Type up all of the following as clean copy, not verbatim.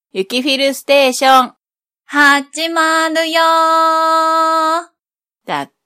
雪フィルステーション始まるよーだって。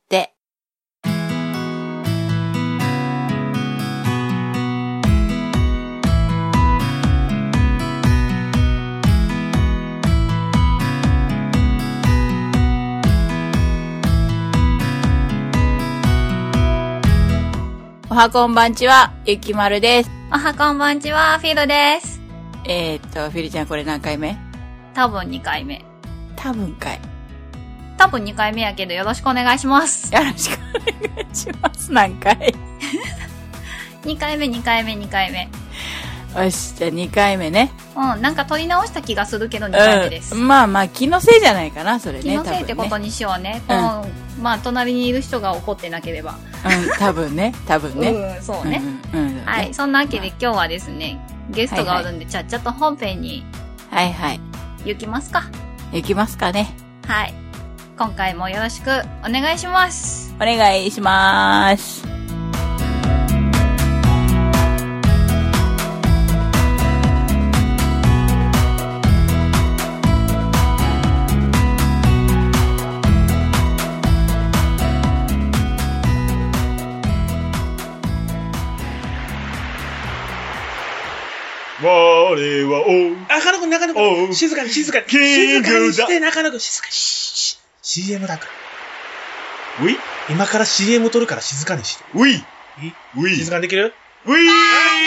おはこんばんちは、ゆきまるです。 おはこんばんちは、フィルです。 フィルちゃんこれ何回目？ 多分2回目。 多分 2回目やけどよろしくお願いします。 よろしくお願いします。何回 2回目。よし、じゃあ2回目ね。 なんか撮り直した気がするけど2回目です。 まあ、気のせいじゃないかな、それね。 気のせいってことにしようね。まあ、隣にいる人が怒ってなければ。 多分ね。 そうね。はい、そんなわけで今日はですね、ゲストがおるんで、ちゃっちゃと本編に。 はい。 行きますか。 行きますかね。 はい。今回もよろしくお願いします。 お願いします。 我は中野くん、静かに。静かにして、中野くん、静かに。CM だから。今から CM 撮るから静かにして。静かにできる？終了。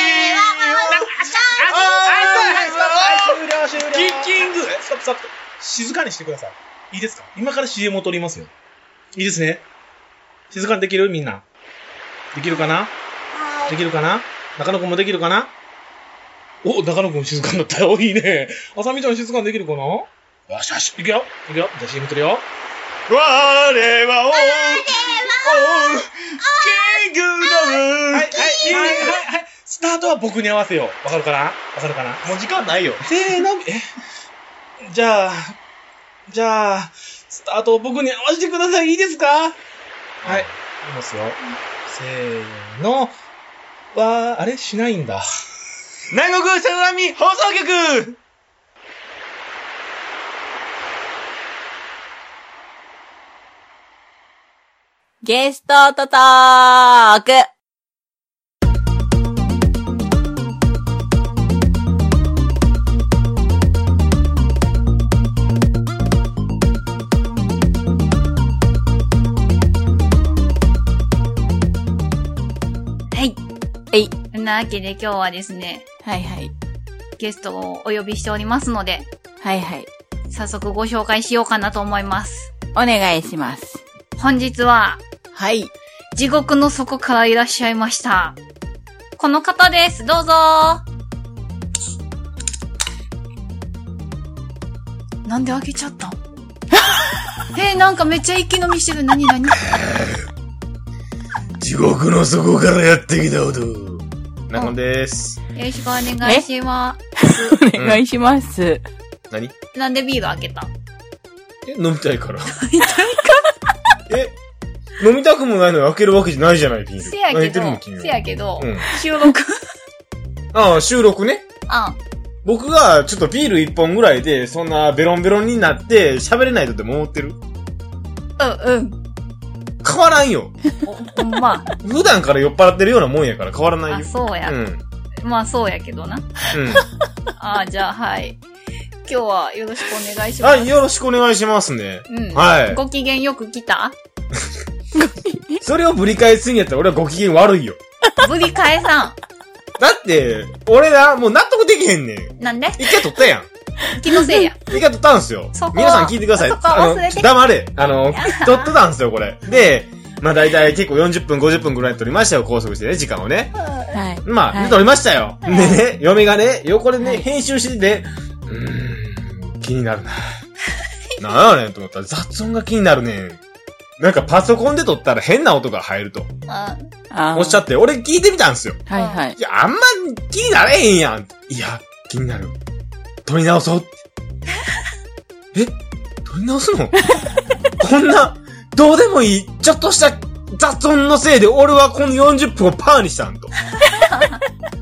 キッキング。ストップ。静かにしてください。いいですか？今から CM を撮りますよ。いいですね。静かにできる？みんな。できるかな？中野くんもできるかな？中野くん静かになったよ。いいね。あさみちゃん静かにできるかな？よし。いくよ。じゃあ CM 撮るよ。我はキングダム。はい。スタートは僕に合わせよう。わかるかな？ もう時間ないよ。 せーの。じゃあ、スタートを僕に合わせてください。いいですか？はい。いきますよ。せーの。あれしないんだ。 南国相模放送局。 ゲストトーク。 そんなわけで今日はですね。 はい。 ゲストをお呼びしておりますので。 はい。 早速ご紹介しようかなと思います。 お願いします。 本日は。 はい。 地獄の底からいらっしゃいました。この方です。どうぞなんで開けちゃったんなんかめっちゃ息飲みしてる。何地獄の底からやってきたこと。中野です。 よろしくお願いします。 お願いします。 何？ なんでビール開けた？ 飲みたいから。飲みたくもないのに開けるわけじゃないじゃない、ビール。 せやけど、収録ね。僕がちょっとビール一本ぐらいで、そんなベロンベロンになって喋れないとでも思ってる？変わらんよ。 まあ。 普段から酔っ払ってるようなもんやから変わらないよ。 そうや。まあそうやけどな。じゃあはい。今日はよろしくお願いします。 はい、よろしくお願いしますね。はい。 ご機嫌よく来た？ それをぶり返すんやったら俺はご機嫌悪いよ。 ぶり返さん。 だって、俺らもう納得できへんねん。 なんで？ 一回撮ったやん。 気のせいや。 一回撮ったんすよ。皆さん聞いてください。黙れ。撮ってたんすよ、これ。で、まあ大体結構40分、50分ぐらい撮りましたよ、拘束してね、時間をね。 はい。 まあ、撮りましたよ。でね、嫁がね、横でね、編集してて、気になるな。なんやねんと思ったら雑音が気になるねん。なんかパソコンで撮ったら変な音が入ると。おっしゃって、俺聞いてみたんすよ。 はい。 いや、あんま気になれへんやん。いや、気になる。撮り直そう。撮り直すの？こんな、どうでもいい、ちょっとした雑音のせいで俺はこの40分をパーにしたんと。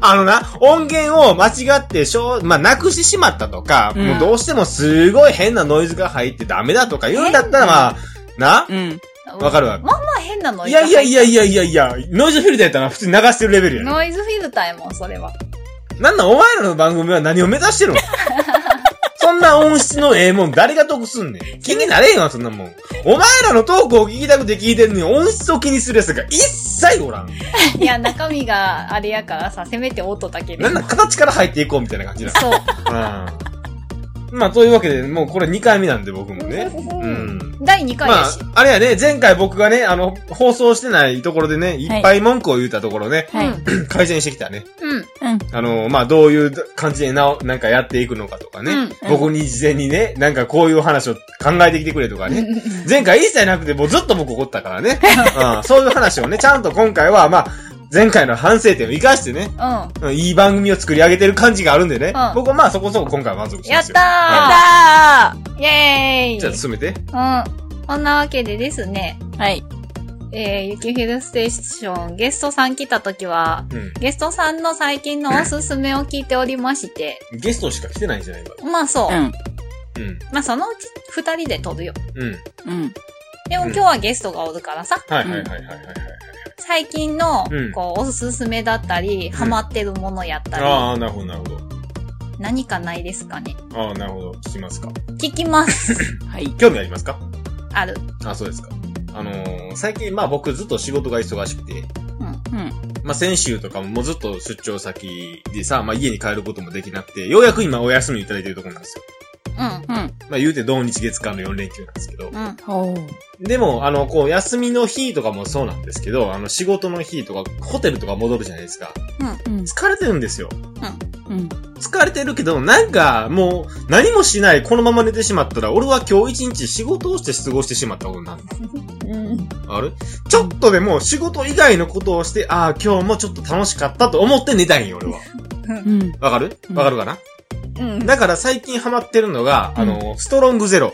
音源を間違ってなくしてしまったとか、もうどうしてもすごい変なノイズが入ってダメだとか言うんだったらまあ、わかるわ。 まあまあ変なノイズ。 いや、ノイズフィルターやったら普通に流してるレベルやね。 ノイズフィルターやもん、それは。 なんなんお前らの番組は何を目指してるのそんな音質のもん誰が得すんねん。気になれへんわ、そんなもん。お前らのトークを聞きたくて聞いてんのに音質を気にする奴が一切おらん。 いや、中身があれやからさ、せめて音だけで。 なんだ、形から入っていこうみたいな感じだ。 そう。 まあ、というわけで、もうこれ2回目なんで僕もね。 第2回やし。 まあ、あれやね、前回僕がね、放送してないところでね、いっぱい文句を言ったところね、改善してきたね。まあ、どういう感じでなんかやっていくのかとかね、僕に事前にね、なんかこういう話を考えてきてくれとかね。前回一切なくて、もうずっと僕怒ったからね。そういう話をね、ちゃんと今回は、まあ、前回の反省点を生かしてね、いい番組を作り上げてる感じがあるんでね、僕はまあそこそこ今回は満足してますよ。 やったーイェーイ。 じゃあ進めて。 こんなわけでですね。 はい。 ゆきフィルステーション、ゲストさん来た時は、ゲストさんの最近のおすすめを聞いておりまして。 ゲストしか来てないんじゃないか。 まあそう。まあそのうち2人で撮るよ。でも今日はゲストがおるからさ。最近の、おすすめだったり、ハマってるものやったり。 ああ、なるほど、なるほど。 何かないですかね。 ああ、なるほど。聞きますか。 聞きます。 はい。 興味ありますか？ ある。 あ、そうですか。最近、まあ僕ずっと仕事が忙しくて、まあ先週とかもずっと出張先でさ、まあ家に帰ることもできなくて、ようやく今お休みいただいてるところなんですよ。まあ言うて土日月間の4連休なんですけど。でも、休みの日とかもそうなんですけど、仕事の日とか、ホテルとか戻るじゃないですか。疲れてるんですよ。疲れてるけど、なんか、もう、何もしない、このまま寝てしまったら、俺は今日一日仕事をして過ごしてしまったことになる。あれ？ちょっとでも仕事以外のことをして、ああ、今日もちょっと楽しかったと思って寝たいんよ、俺は。わかるかな？だから最近ハマってるのが、ストロングゼロ。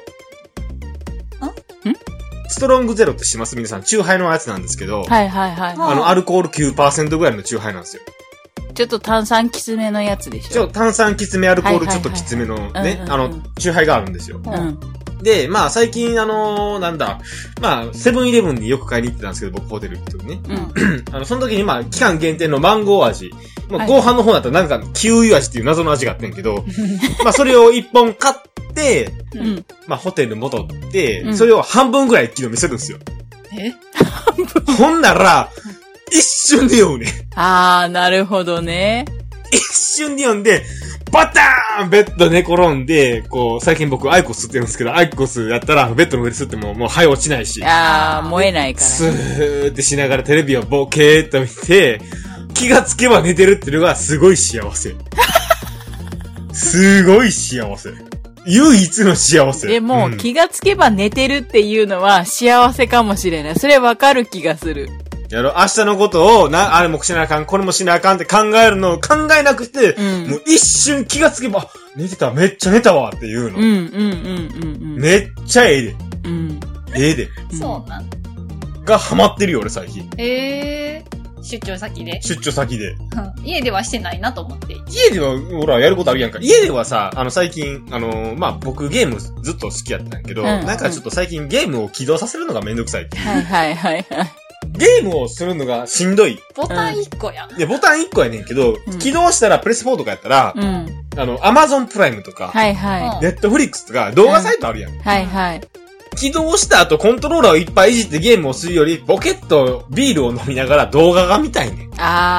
ストロングゼロってします皆さん、チューハイのやつなんですけど。アルコール 9% ぐらいのチューハイなんですよ。 ちょっと炭酸きつめのやつでしょ。 炭酸きつめ、アルコールちょっときつめのね、チューハイがあるんですよ。で、まあ最近なんだ、まあ、セブンイレブンによく買いに行ってたんですけど、僕ホテル行った時ね。その時にまあ、期間限定のマンゴー味。まあ、後半の方だったらなんか、キウイ味っていう謎の味があってんけど、まあそれを1本買って、まあホテル戻って、それを半分ぐらい一気飲みするんですよ。ほんなら、一瞬で酔うね。 あー、なるほどね。 一瞬で酔んで、バターンベッド寝転んで、こう、最近僕アイコス吸ってるんですけど、アイコスやったらベッドの上で吸ってももう肺落ちないし。 あー、燃えないから、ね。 スーってしながらテレビをボケーっと見て、気がつけば寝てるっていうのがすごい幸せ。すごい幸せ。唯一の幸せ。 でも、気がつけば寝てるっていうのは幸せかもしれない。それわかる気がする。 明日のことを、あれもしなあかん、これもしなあかんって考えるのを考えなくて、もう一瞬気がつけば、寝てた、めっちゃ寝たわっていうの。めっちゃええで。ええで。 そうなん。 がハマってるよ、俺最近。 出張先で。 出張先で。 家ではしてないなと思って。 家では、ほら、やることあるやんか。家ではさ、最近、まあ、僕ゲームずっと好きやったんやけど、なんかちょっと最近ゲームを起動させるのがめんどくさいっていう。ゲームをするのがしんどい。 ボタン1個やん。 いや、ボタン1個やねんけど、起動したらプレス4とかやったら、アマゾンプライムとか、ネットフリックスとか動画サイトあるやん。起動した後コントローラーをいっぱいいじってゲームをするより、ポケットビールを飲みながら動画が見たいねん。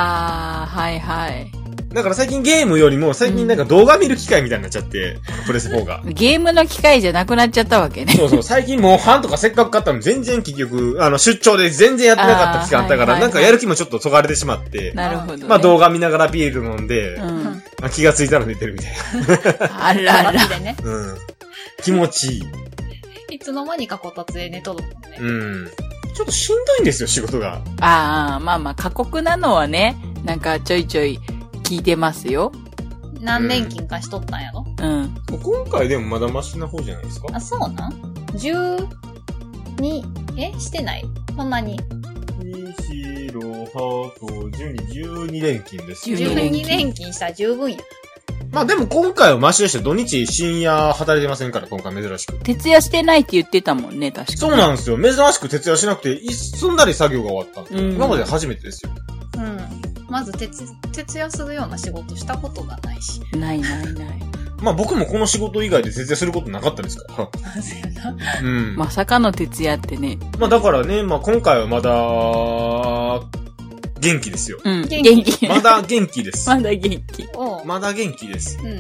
だから最近ゲームよりも最近なんか動画見る機会みたいになっちゃって、プレス4が。 ゲームの機会じゃなくなっちゃったわけね。 そう、最近モンハンとかせっかく買ったの全然結局、出張で全然やってなかった期間あったから、なんかやる気もちょっとそがれてしまって。 なるほど、ね。 まあ動画見ながらビール飲んで、気がついたら寝てるみたいな。 あらら。 気持ちいい。 いつの間にかこたつで寝とるもんね。 ちょっとしんどいんですよ、仕事が。 まあ、過酷なのはね、なんかちょいちょい聞いてますよ。 何連勤かしとったんやろ？ 今回でもまだマシな方じゃないですか？ あ、そうなん ?12、してないそんなに。 2、4、6、 12連勤です。 12連勤したら十分や。 まあでも今回はマシでして土日深夜働いてませんから、今回珍しく。 徹夜してないって言ってたもんね、確かに。 そうなんですよ。珍しく徹夜しなくて、すんなり作業が終わったんですよ。今まで初めてですよ。 うん。まず徹夜するような仕事したことがないし。 ない。 まあ僕もこの仕事以外で徹夜することなかったですから。 そうやな。 うん。 まさかの徹夜ってね。 まあだからね、まあ今回はまだ、元気ですよ。 うん。元気。 まだ元気です。 まだ元気。 まだ元気です。 うん。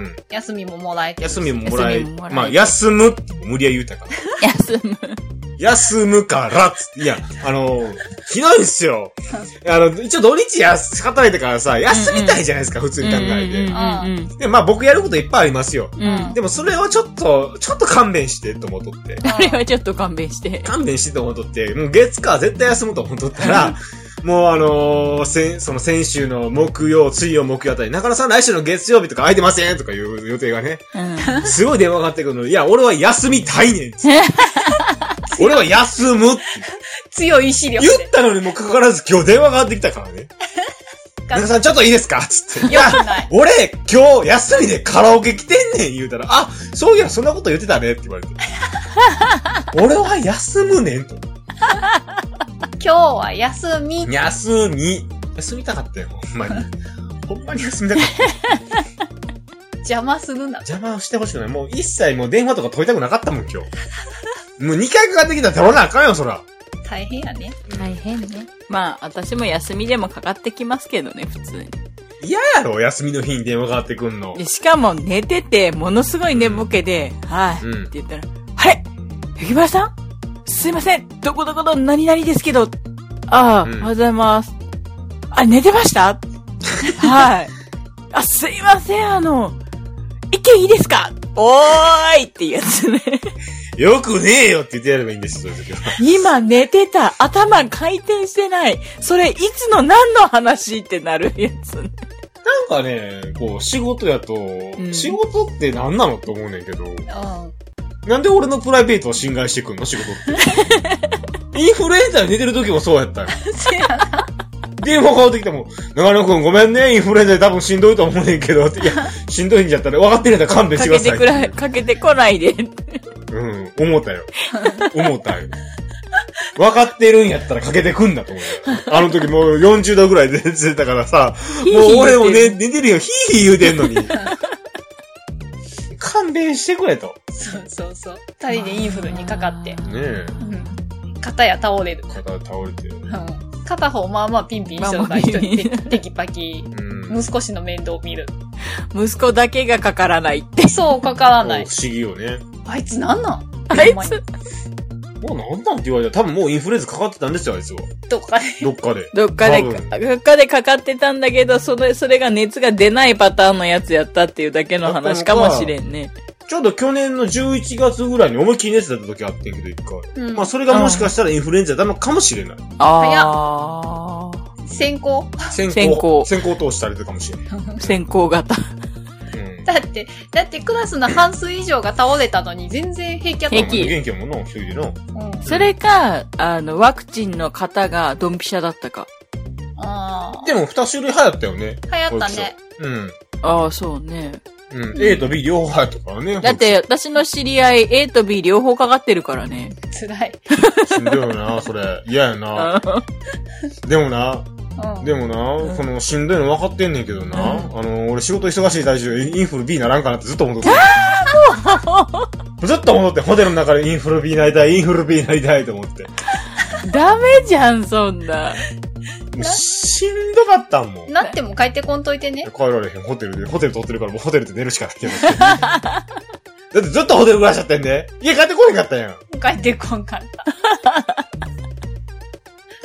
休みももらえてる。 休みももらえ、まあ休むって無理やり言うたから。休むからつって、いや、ひどいんすよ。一応土日働いてからさ、休みたいじゃないですか、普通に考えて。で、まあ僕やることいっぱいありますよ。でもそれをちょっと勘弁してと思っとって。 あれはちょっと勘弁して。 勘弁してと思っとって、もう月火絶対休むと思っとったら、もうその先週の水曜木曜あたり、中野さん来週の月曜日とか空いてませんとかいう予定がね、すごい電話がかかってくるのに、いや、俺は休みたいねん俺は休むって。 強い意志力。 言ったのにもかかわらず今日電話がかかってきたからね。中野さんちょっといいですかつって。いや、俺今日休みでカラオケ来てんねん言うたら、あ、そういやそんなこと言ってたねって言われて。俺は休むねんと。 今日は休みたかったよ、ほんまに。ほんまに休みたかった。 邪魔するな。 邪魔してほしくない。もう一切もう電話とか取りたくなかったもん、今日。もう2回かかってきたら取らなあかんよ、そら。 大変やね。 大変ね。まあ、私も休みでもかかってきますけどね、普通に。 嫌やろ、休みの日に電話かかってくんの。 しかも寝てて、ものすごい寝ぼけで、はい、って言ったら、あれ雪村さんすいません、どこどこの何々ですけど、おはようございます。あ、寝てましたはい。あ、すいません、一件いいですかおーいっていうやつね。 よくねえよって言ってやればいいんです、そういう時は。 今寝てた。頭回転してない。それいつの何の話ってなるやつね。 なんかね、こう、仕事やと、仕事って何なのって思うねんけど、なんで俺のプライベートを侵害してくんの仕事って。インフルエンザで寝てる時もそうやったよ。電話かかってきても、長野くんごめんね、インフルエンザで多分しんどいと思うねんけど、いや、しんどいんじゃったら分かってるんだったら勘弁してください。 かけてこないで。 思ったよ。思ったよ。分かってるんやったらかけてくんだと思うよ。あの時もう40度ぐらいで寝てたからさ、もう俺も寝てるよ、ヒーヒー言うてんのに。勘弁してくれと。 そう。二人でインフルにかかって。ねえ。 片や倒れる。 片や倒れて。 片方まあまあピンピンしてるから一人テキパキ。息子氏の面倒を見る。 息子だけがかからないって。 そう、かからない。 不思議よね。 あいつなんなんあいつ。 もうなんなんって言われたら多分もうインフルエンザかかってたんですよ、あいつは。 どっかでかかってたんだけど、それが熱が出ないパターンのやつやったっていうだけの話かもしれんね。 ちょうど去年の11月ぐらいに思いっきり熱出た時あってんけど、一回。まあそれがもしかしたらインフルエンザなのかもしれない。 早っ。先行通したりとかもしれない。 先行型。 だってクラスの半数以上が倒れたのに全然平気やったもん。 元気やもんな、一人でな。 それか、ワクチンの型がドンピシャだったか。 でも2種類流行ったよね。 流行ったね。 ああ、そうね。 A と B 両方流行ったからね。 だって私の知り合い A と B 両方かかってるからね。 辛い。 しんどいよな、それ。嫌やな。でもな、その、しんどいの分かってんねんけどな。俺仕事忙しい最中、インフル B ならんかなってずっと思ってずっと思って、ホテルの中でインフル B なりたいと思って。 ダメじゃん、そんな。 しんどかったもん。 なっても帰ってこんといてね。 帰られへん、ホテル取ってるからもうホテルで寝るしかないけど。だってずっとホテル暮らしちゃってんね。家帰ってこへんかったやん。 帰ってこんかった。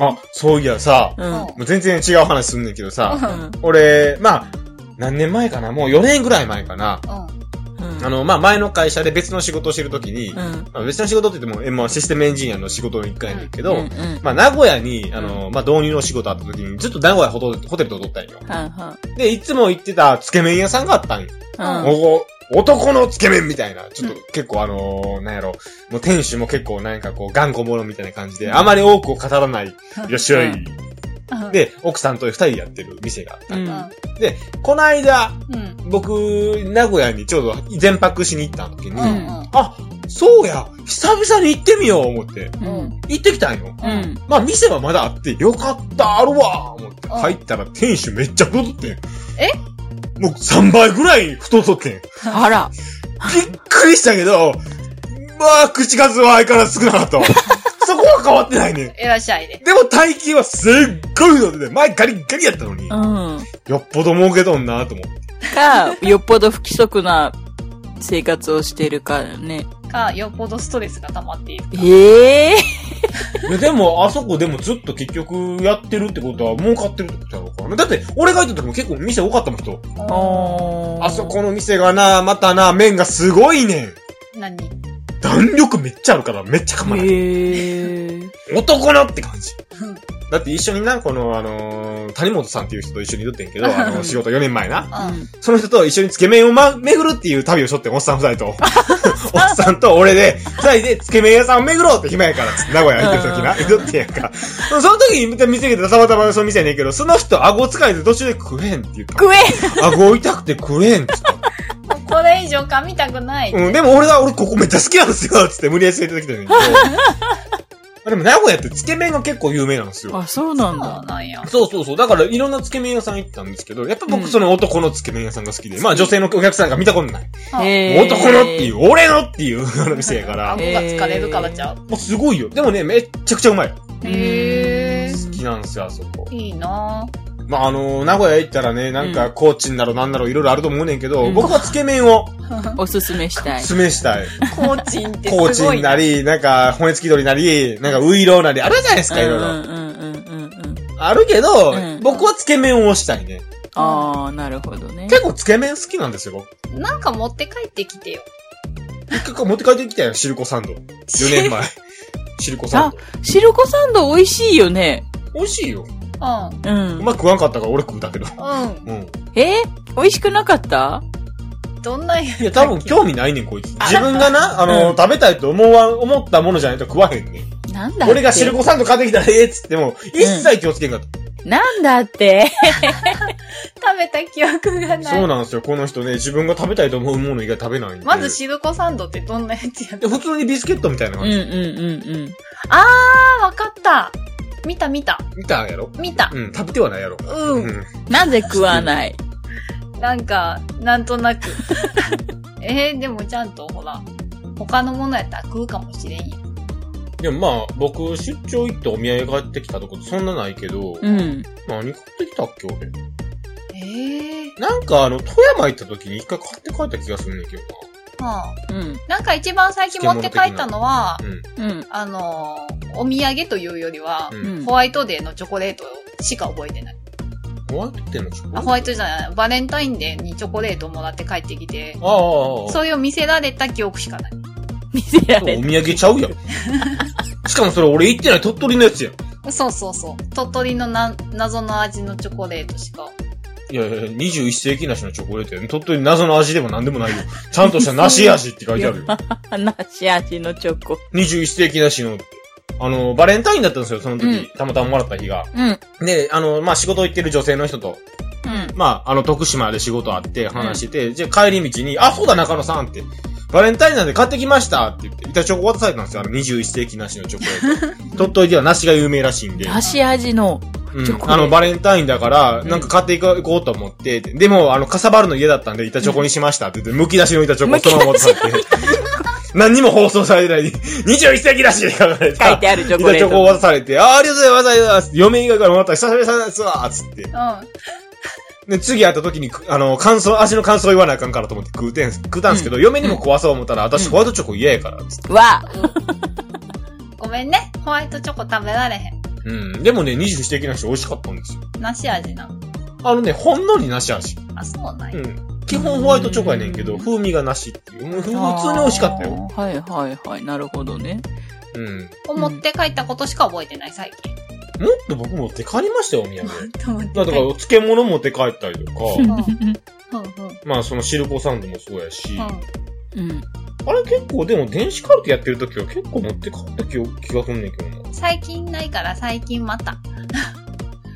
あ、そういやさ、もう全然違う話すんねんけどさ、俺、まあ、何年前かな、もう4年ぐらい前かな。まあ、前の会社で別の仕事をしてるときに、別の仕事って言っても、システムエンジニアの仕事の一回やねんけど、まあ、名古屋に、まあ、導入の仕事あったときに、ずっと名古屋ホテルと取ったんよ。で、いつも行ってたつけ麺屋さんがあったんよ。男のつけ麺みたいな。ちょっと結構なんやろ、もう店主も結構なんかこう頑固者みたいな感じで、あまり多くを語らない、いらっしゃい。 で、奥さんと二人でやってる店があった。で、この間、僕、名古屋にちょうど全泊しに行った時に、あ、そうや、久々に行ってみよう思って、行ってきたんよ。まあ、店はまだあって、よかった、あるわ思って、入ったら店主めっちゃ太ってん。もう3倍ぐらい太っとってん。 あら。 びっくりしたけど、まあ、口数は相変わらず少なかったわ。そこは変わってないね。 いらっしゃいね。 でも体型はすっごい太ってて、前ガリッガリやったのに。よっぽど儲けとんなと思って。 か、よっぽど不規則な生活をしてるからね。 か、よっぽどストレスが溜まっている。 でも、あそこでもずっと結局やってるってことは儲かってるってことやろうからね。だって、俺が行った時も結構店多かったもん人。あそこの店がな、またな、麺がすごいねん。 何？ 弾力めっちゃあるからめっちゃかまない。男のって感じ。だって一緒にな、この谷本さんっていう人と一緒にいるってんけど、仕事4年前な。その人と一緒につけ麺を巡るっていう旅をしょってん、おっさん二人と。おっさんと俺で、二人でつけ麺屋さんを巡ろうって暇やからつって名古屋行ってる時な、行くってやんか。その時に店見てたまたまその店やねんけど、その人顎使いで途中で食えんって言った。 食えん顎痛くて食えんって言った。 これ以上噛みたくない。 でも俺ここめっちゃ好きなんですよつって無理やり連れてきたんだけど。でも名古屋ってつけ麺が結構有名なんですよ。 あ、そうなんだ。 そうなんや。 そう。だからいろんなつけ麺屋さん行ったんですけど、やっぱ僕その男のつけ麺屋さんが好きで、まあ女性のお客さんが見たことない。男のっていう、俺のっていう店やから。 顎が疲れるからちゃう。 もうすごいよ。でもね、めっちゃくちゃうまい。 へー。好きなんですよ、あそこ。 いいなぁ。 まあ名古屋行ったらね、なんか、コーチンだろなんだろいろいろあると思うねんけど、僕はつけ麺を、 おすすめしたい。 おすすめしたい。 コーチンってすごい。 コーチンなり、なんか、骨付き鳥なり、なんか、ウイローなり、あるじゃないですか、いろいろ。あるけど、僕はつけ麺をしたいね。 ああ、なるほどね。 結構つけ麺好きなんですよ、 僕。なんか持って帰ってきてよ。 結構持って帰ってきたよ、シルコサンド。4年前。シルコサンド。 シルコサンド美味しいよね。 美味しいよ。 うまく食わんかったから俺食うだけど。 美味しくなかった？ どんなんや？ いや、多分興味ないねん、こいつ。自分がな、食べたいと思ったものじゃないと食わへんねん。 なんだって。 俺がシルコサンド買ってきたらっつっても、一切気をつけんかった。 なんだって食べた記憶がない。 そうなんですよ。この人ね、自分が食べたいと思うもの以外食べないんで。 まずシルコサンドってどんなやつやった？ 普通にビスケットみたいな感じ。 あー、わかった。見た。 見たやろ？ 見た。 食べてはないやろ。 なぜ食わない？ なんか、なんとなく。でもちゃんとほら、他のものやったら食うかもしれんや。 でもまあ、僕、出張行ってお土産買ってきたとこそんなないけど、何買ってきたっけ、俺。なんか富山行った時に一回買って帰った気がするんだけどな。なんか一番最近持って帰ったのは、お土産というよりは、ホワイトデーのチョコレートしか覚えてない。 ホワイトデーのチョコレート？ ホワイトじゃない。バレンタインデーにチョコレートをもらって帰ってきて、それを見せられた記憶しかない。 見せられた。 お土産ちゃうやん。しかもそれ俺行ってない鳥取のやつやん。 そう。鳥取の謎の味のチョコレートしか。 いや、21世紀梨のチョコレートやね。鳥取謎の味でも何でもないよ。ちゃんとした梨味って書いてあるよ。 梨味のチョコ。 21世紀梨の。バレンタインだったんですよ、その時。たまたまもらった日が。で、まあ、仕事行ってる女性の人と。まあ、徳島で仕事あって話してて、じゃあ帰り道に、そうだ中野さんって。バレンタインなんで買ってきましたって言って、板チョコ渡されたんですよ。21世紀梨のチョコレート。鳥取では梨が有名らしいんで。 梨味の。 バレンタインだから、なんか買っていこうと思って、でも、かさばるの家だったんで、板チョコにしましたって言って、剥き出しの板チョコをそのまま持って帰って、何にも放送されてない21世紀らしいって書かれた。 書いてあるチョコレート。 板チョコを渡されて、ありがとうございます。嫁以外からもらったら久々ですわつって。で、次会った時に、味の感想言わなあかんからと思って食うたんですけど、嫁にも壊そう思ったら、私ホワイトチョコ嫌やから、つって。 ごめんね。ホワイトチョコ食べられへん。 でもね、21世紀梨美味しかったんですよ。 梨味な。 ほんのり梨味。 そうなんや。 基本ホワイトチョコやねんけど、風味が梨っていう。普通に美味しかったよ。 はい。なるほどね。 持って帰ったことしか覚えてない、最近。 もっと僕持って帰りましたよ、お土産。だから、漬物持って帰ったりとか。まあ、そのシルコサンドもそうやし。あれ結構、でも電子カルテやってる時は結構持って帰った気がすんねんけどな。 最近ないから最近また。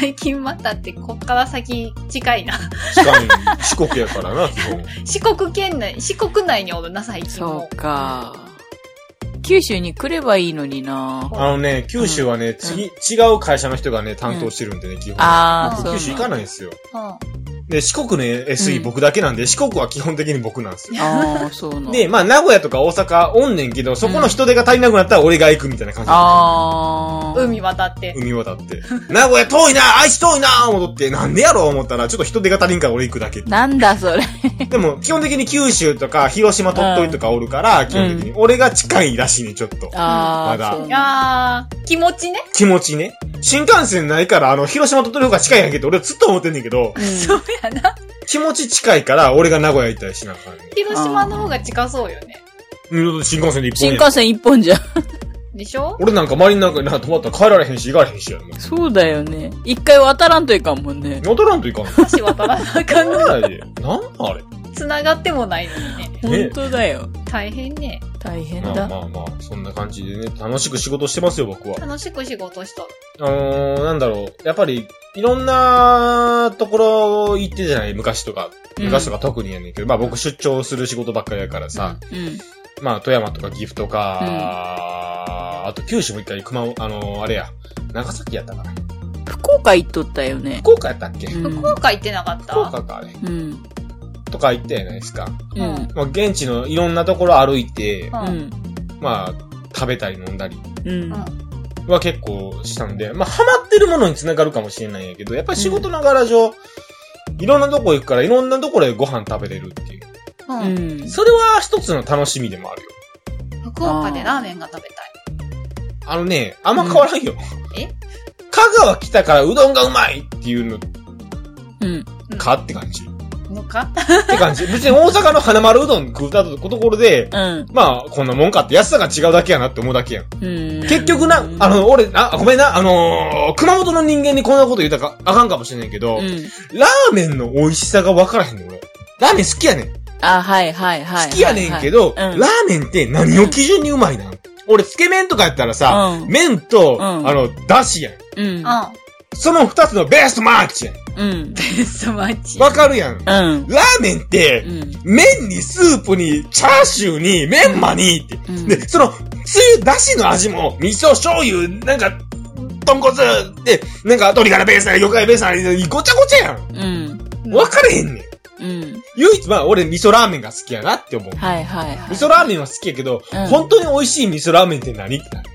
最近またってこっから先近いな。 近い。四国やからな、基本。 四国内におるな、最近も。 そうか。九州に来ればいいのにな。 九州はね、違う会社の人がね、担当してるんでね、基本。九州行かないんですよ。で、四国の SE 僕だけなんで、四国は基本的に僕なんですよ。 そうなんで、まあ、名古屋とか大阪おんねんけど、そこの人手が足りなくなったら俺が行くみたいな感じ。 海渡って。 名古屋遠いな、愛知遠いな、思って、なんでやろう思ったら、ちょっと人手が足りんから俺行くだけ。 なんだそれ。 でも、基本的に九州とか、広島、鳥取とかおるから、基本的に。俺が近いらしいね、ちょっと。まだ。気持ちね。 気持ちね。新幹線ないから、広島、鳥取の方が近いやんけど、俺ずっと思ってんねんけど。 そうやな。 気持ち近いから、俺が名古屋行ったりしながらね。 広島の方が近そうよね。 新幹線で一本新幹線一本じゃん。 でしょ？ 俺なんか周りなんか止まったら帰られへんし、行かれへんしやね。 そうだよね。一回渡らんといかんもんね。 渡らんといかんの？ 橋渡らなあかんの。 なんあれ繋がってもないのにね。 本当だよ。 大変ね。 大変だ。 まあ、そんな感じでね、楽しく仕事してますよ、僕は。 楽しく仕事しとる。なんだろう。やっぱり、いろんなところ行ってじゃない、昔とか特にやねんけど、まあ僕出張する仕事ばっかりやからさ、まあ富山とか岐阜とか、あと九州も一回あれや、長崎やったかな。 福岡行っとったよね。 福岡やったっけ？ 福岡行ってなかった？ 福岡か、あれ。とか行ったじゃないですか。まあ現地のいろんなところ歩いて、まあ食べたり飲んだり。は結構したんで、まあ、ハマってるものに繋がるかもしれないんやけど、やっぱり仕事の柄上、いろんなとこ行くから、いろんなところでご飯食べれるっていう。それは一つの楽しみでもあるよ。 福岡でラーメンが食べたい。 あんま変わらんよ。香川来たからうどんがうまいっていうの、かって感じ。って感じ。別に大阪の花丸うどん食うたところで、まあ、こんなもんかって安さが違うだけやなって思うだけやん。結局な、俺、ごめんな、熊本の人間にこんなこと言うたらあかんかもしれないけど、ラーメンの美味しさが分からへんの、俺。ラーメン好きやねん。好きやねんけど、ラーメンって何を基準にうまいな。俺、つけ麺とかやったらさ、麺と、だしやん。その二つのベストマッチやん。 ベストマッチ。 わかるやん。ラーメンって、麺にスープに、チャーシューに、メンマにって。で、その、つゆ、だしの味も、味噌、醤油、なんか、豚骨で、なんか、鶏ガラベースなり、魚介ベースなり、ごちゃごちゃやん。わかれへんねん。唯一、まあ、俺、味噌ラーメンが好きやなって思う。味噌ラーメンは好きやけど、本当に美味しい味噌ラーメンって何ってなる。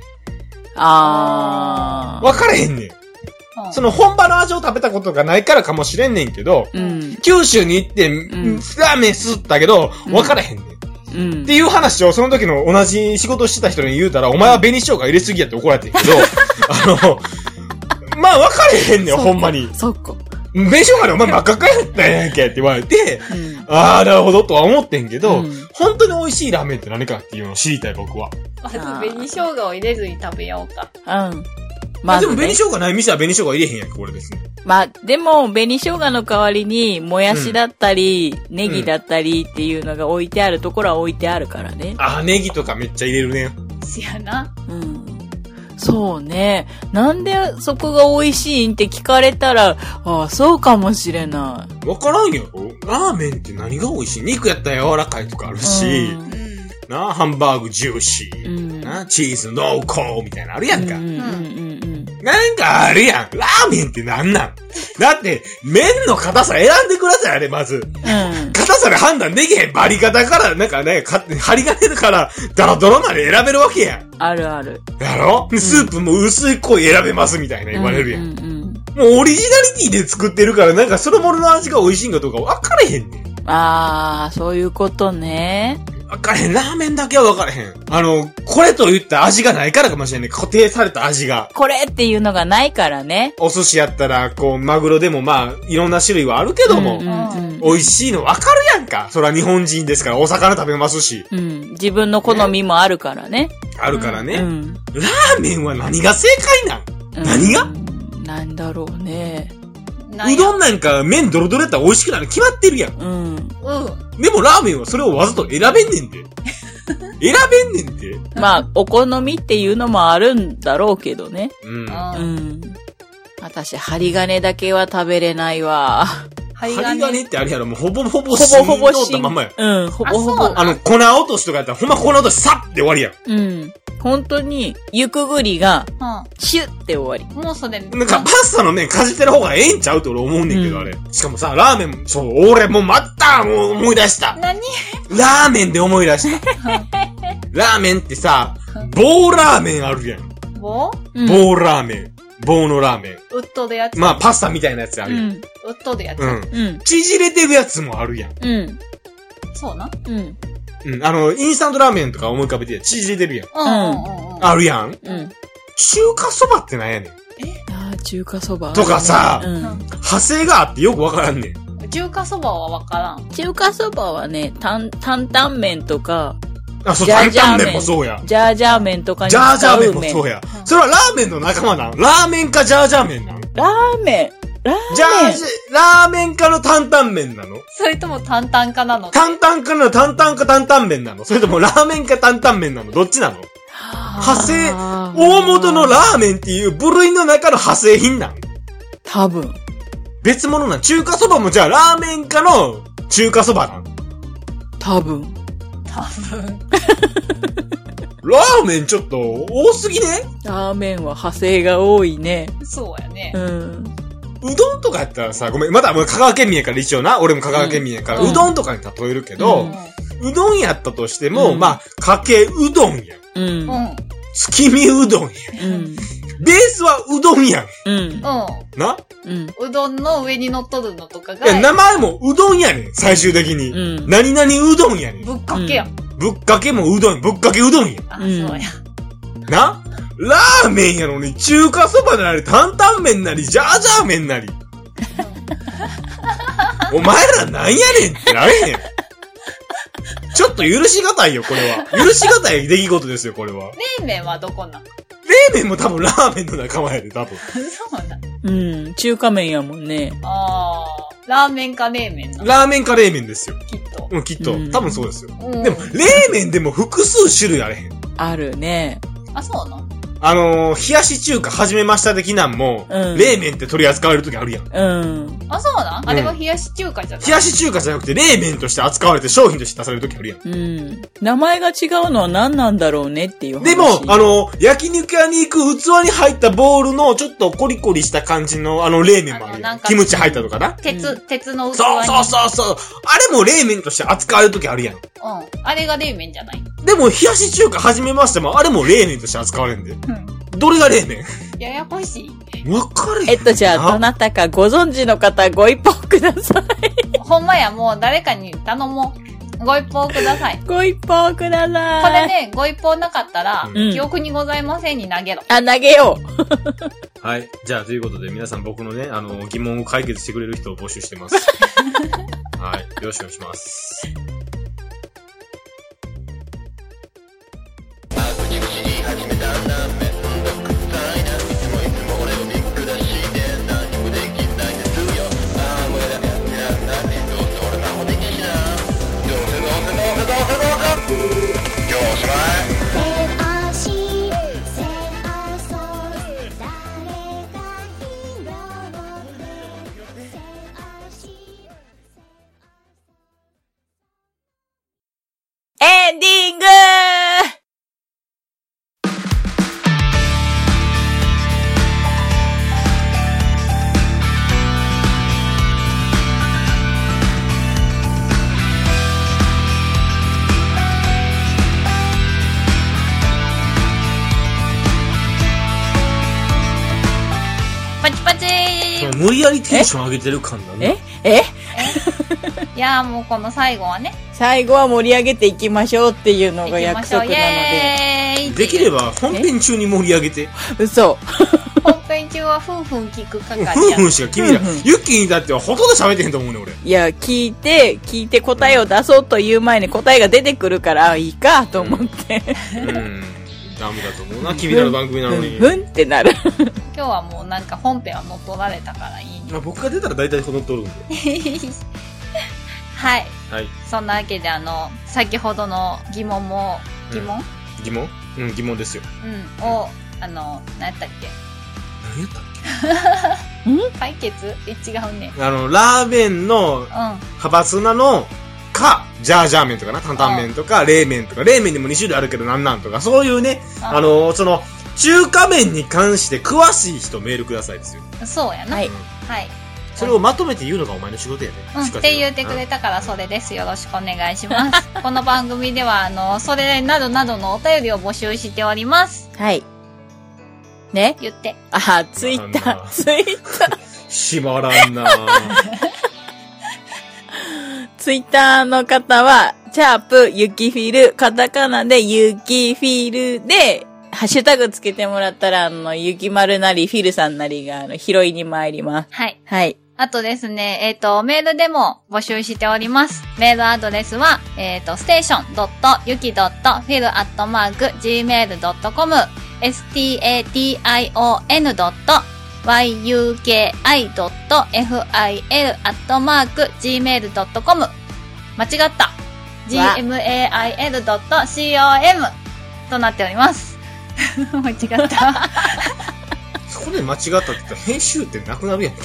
わかれへんねん。その本場の味を食べたことがないからかもしれんねんけど、九州に行って、ラーメンすったけど、分からへんねん。っていう話をその時の同じ仕事してた人に言うたら、お前は紅生姜入れすぎやって怒られてんけど、まあ分かれへんねん、ほんまに。 そっか。 紅生姜でお前真っ赤っかやったんやんけって言われて、ああ、なるほどとは思ってんけど、本当に美味しいラーメンって何かっていうのを知りたい、僕は。 まず紅生姜を入れずに食べようか。 まあ、でも紅生姜ない店は紅生姜入れへんやんか、これですね。 まあ、でも、紅生姜の代わりに、もやしだったり、ネギだったりっていうのが置いてあるところは置いてあるからね。 ネギとかめっちゃ入れるね。 しやな。 そうね。なんでそこが美味しいんって聞かれたら、そうかもしれない。 わからんやろ？ラーメンって何が美味しい？肉やったら柔らかいとかあるし、ハンバーグジューシー、チーズ濃厚みたいなのあるやんか。なんかあるやん。ラーメンってなんなん？だって、麺の硬さ選んでください、あれ、まず。硬さで判断できへん。バリ方から、なんかね、針金から、ドロドロまで選べるわけやん。 あるある。 やろ？スープも薄い濃い選べますみたいな言われるやん。もうオリジナリティで作ってるから、なんかそのものの味が美味しいんかどうか分かれへんねん。 そういうことね。 分かれへん。ラーメンだけは分かれへん。これと言った味がないからかもしれない。固定された味が。 これっていうのがないからね。 お寿司やったら、マグロでもまあ、いろんな種類はあるけども、美味しいの分かるやんか。それは日本人ですから、お魚食べますし。 自分の好みもあるからね。 あるからね。ラーメンは何が正解なん？何が？ なんだろうね。 うどんなんか麺ドロドロやったら美味しくなる決まってるやん。でもラーメンはそれをわざと選べんねんで。選べんねんで。 まあ、お好みっていうのもあるんだろうけどね。 私、針金だけは食べれないわ。 針金ってあれやろ、もうほぼほぼ芯通ったまんまや。 うん、ほぼほぼ。 粉落としとかやったら、ほんま粉落としさって終わりやん。 うん。本当に、ゆくぐりが、シュッて終わり。 もうそれ、 なんかパスタの麺かじってる方がええんちゃうって俺思うねんけど、あれ。しかもさ、ラーメンも、そう、俺もうまた、もう思い出した。 何？ ラーメンで思い出した。ラーメンってさ、棒ラーメンあるやん。 棒ラーメン。棒のラーメン。 ウッドでやつ。 まあ、パスタみたいなやつあるやん。 ウッドでやつ。 うん。縮れてるやつもあるやん。 うん。そうな。 うん。インスタントラーメンとか思い浮かべて縮れてるやん。あるやん。中華そばってなんやねん。 中華そばとかさ、派生があってよくわからんねん。 中華そばはわからん。 中華そばはね、担々麺とか、 そう、担々麺もそうや。 ジャージャー麺とかに使う麺。 ジャージャー麺もそうや。それはラーメンの仲間なん？ラーメンかジャージャー麺なの？ ラーメンかの担々麺なの？ それとも担々かなの？ 担々か担々麺なの？それともラーメンか担々麺なの？どっちなの？派生、大元のラーメンっていう部類の中の派生品なん？ 多分。 別物なん？中華そばもじゃあラーメンかの中華そばなん？ 多分。 ラーメンちょっと多すぎね？ ラーメンは派生が多いね。 そうやね。 うどんとかやったらさ、ごめん、まだ香川県民やから一応な。俺も香川県民やから、うどんとかに例えるけど、うどんやったとしても、まあ、かけうどんやん。月見うどんやん。ベースはうどんやん。な？ うどんの上に乗っとるのとかが。 いや、名前もうどんやねん、最終的に。何々うどんやねん。 ぶっかけやん。 ぶっかけもうどん、ぶっかけうどんやん。 そうや。 な？ラーメンやのに中華そばなり担々麺なりジャージャー麺なり。お前らなんやねんってなれへん。ちょっと許しがたいよ、これは。許しがたい出来事ですよ、これは。 冷麺はどこなん？ 冷麺も多分ラーメンの仲間やで、多分。 そうなん。 中華麺やもんね。 ラーメンか冷麺な。 ラーメンか冷麺ですよ。 きっと。 きっと。多分そうですよ。でも、冷麺でも複数種類あれへん。 あるね。 そうなの？ 冷やし中華始めました的なんも、冷麺って取り扱われるときあるやん。 そうなん？あれは冷やし中華じゃない？ 冷やし中華じゃなくて冷麺として扱われて商品として出されるときあるやん。 名前が違うのは何なんだろうねっていう話。 でも、焼肉屋に行く器に入ったボールのちょっとコリコリした感じの冷麺もあるやん。キムチ入ったとかな。 鉄の器に。 そう。あれも冷麺として扱われるときあるやん。 あれが冷麺じゃない？ でも、冷やし中華始めましても、あれも冷麺として扱われるんで。どれが冷麺？ ややこしい。 わかるよ。 じゃあ、どなたかご存知の方、ご一報ください。 ほんまや、もう誰かに頼もう。ご一報ください。 ご一報ください。 これね、ご一報なかったら、記憶にございませんに投げろ。 投げよう。はい。じゃあ、ということで、皆さん僕のね、疑問を解決してくれる人を募集してます。はい。よろしくお願いします。 エンディングパチパチー。 無理やりテンション上げてる感だね。 いやもうこの最後はね。 最後は盛り上げていきましょうっていうのが約束なので。 できれば本編中に盛り上げて。 嘘。 本編中はふんふん聞く係や。 ふんふんしか君ら、ユッキーにだってはほとんど喋ってへんと思うね俺。 いや、聞いて答えを出そうという前に答えが出てくるから、いいかと思って。 ダメだと思うな、君らの番組なのに。 ってなる。 今日はもうなんか本編は乗っ取られたからいい、 まあ、僕が出たら大体乗っ取るんで。 はい。そんなわけで先ほどの疑問も、疑問疑問ですよ。 を、何やったっけ何やったっ解決違うね。 ラーメンの、派閥なの、ジャージャー麺とかな、担々麺とか、冷麺とか、冷麺にも2種類あるけどなんとか、そういうね、中華麺に関して詳しい人メールくださいですよ。 そうやな。はい。はい。 それをまとめて言うのがお前の仕事やね。 って言ってくれたからそれです。よろしくお願いします。この番組では、それなどなどのお便りを募集しております。 はい。ね言って。 ツイッター。 しまらんなツイッターの方は、シャープ、ゆきフィル、カタカナでゆきフィルで、ハッシュタグつけてもらったら、ゆきまるなり、フィルさんなりが、拾いに参ります。 はい。 はい。 あとですね、メールでも募集しております。メールアドレスは、station.yuki.fil@gmail.com station.yuki.fil@gmail.com 間違った。gmail.com となっております。間違った。 そこで間違ったって言ったら編集ってなくなるやん。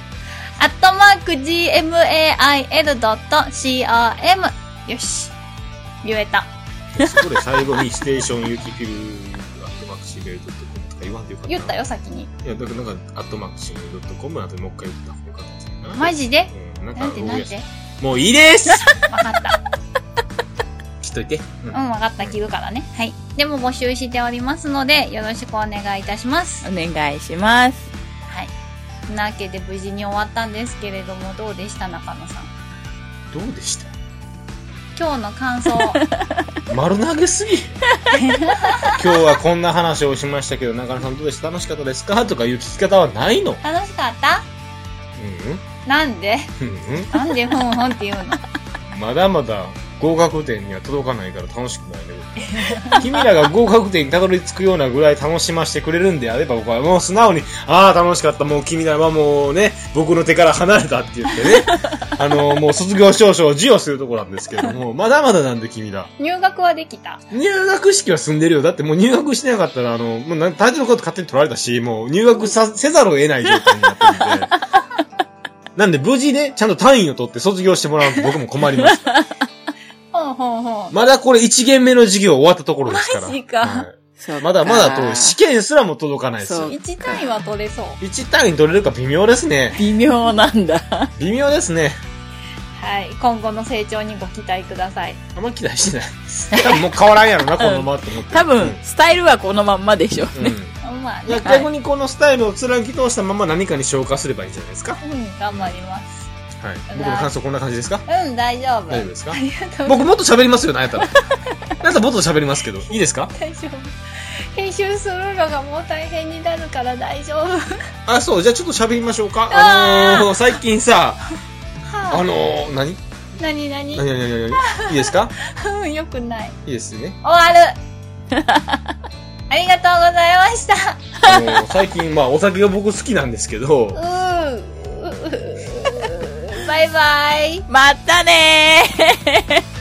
@gmail.com よし。言えた。 そこで最後にステーションユキフィル@gmail.com とか言わんでよかった。 言ったよ、先に。 いや、だからなんか、@gmail.com なんてもう一回言った方がよかった。 マジで？ なんてもういいですわかった。 切っといて。 わかった。切るからね。はい。でも募集しておりますので、よろしくお願いいたします。 お願いします。 はい。そんなわけで無事に終わったんですけれども、どうでした中野さん。 どうでした？ 今日の感想。 丸投げすぎ。今日はこんな話をしましたけど、中野さんどうでした？楽しかったですか？とかいう聞き方はないの？ 楽しかった？なんで？なんでふんふんって言うの？ まだまだ合格点には届かないから楽しくないね。君らが合格点にたどり着くようなぐらい楽しませてくれるんであれば、僕はもう素直に、楽しかった、もう君らはもうね、僕の手から離れたって言ってね、もう卒業証書を授与するところなんですけども、まだまだなんで君ら。 入学はできた？ 入学式は済んでるよ。だってもう入学してなかったら、もうタイトルコード勝手に取られたし、もう入学せざるを得ない状態になってるんで。なんで無事でちゃんと単位を取って卒業してもらうと僕も困ります。まだこれ1限目の授業終わったところですから。 マジか。はい、 まだまだと試験すらも届かないですよ。 1単位は取れそう。 1単位取れるか微妙ですね。 微妙なんだ。 微妙ですね。 はい。今後の成長にご期待ください。 あんまり期待してない。多分もう変わらんやろな、このままって思って。 多分、スタイルはこのまんまでしょうね。 まあね、 いや逆にこのスタイルを貫き通したまま何かに昇華すればいいんじゃないですか。 頑張ります。 はい。僕の感想こんな感じですか？ 大丈夫。 大丈夫ですか？僕もっと喋りますよ、なんやったら。なんやったらもっと喋りますけど。いいですか？ 大丈夫。編集するのがもう大変になるから大丈夫。 そう、じゃあちょっと喋りましょうか。最近さ、何いいですか？ よくない。 いいですね。 終わる。ありがとうございました。 最近、お酒が僕好きなんですけど。 バイバイ。 またねー。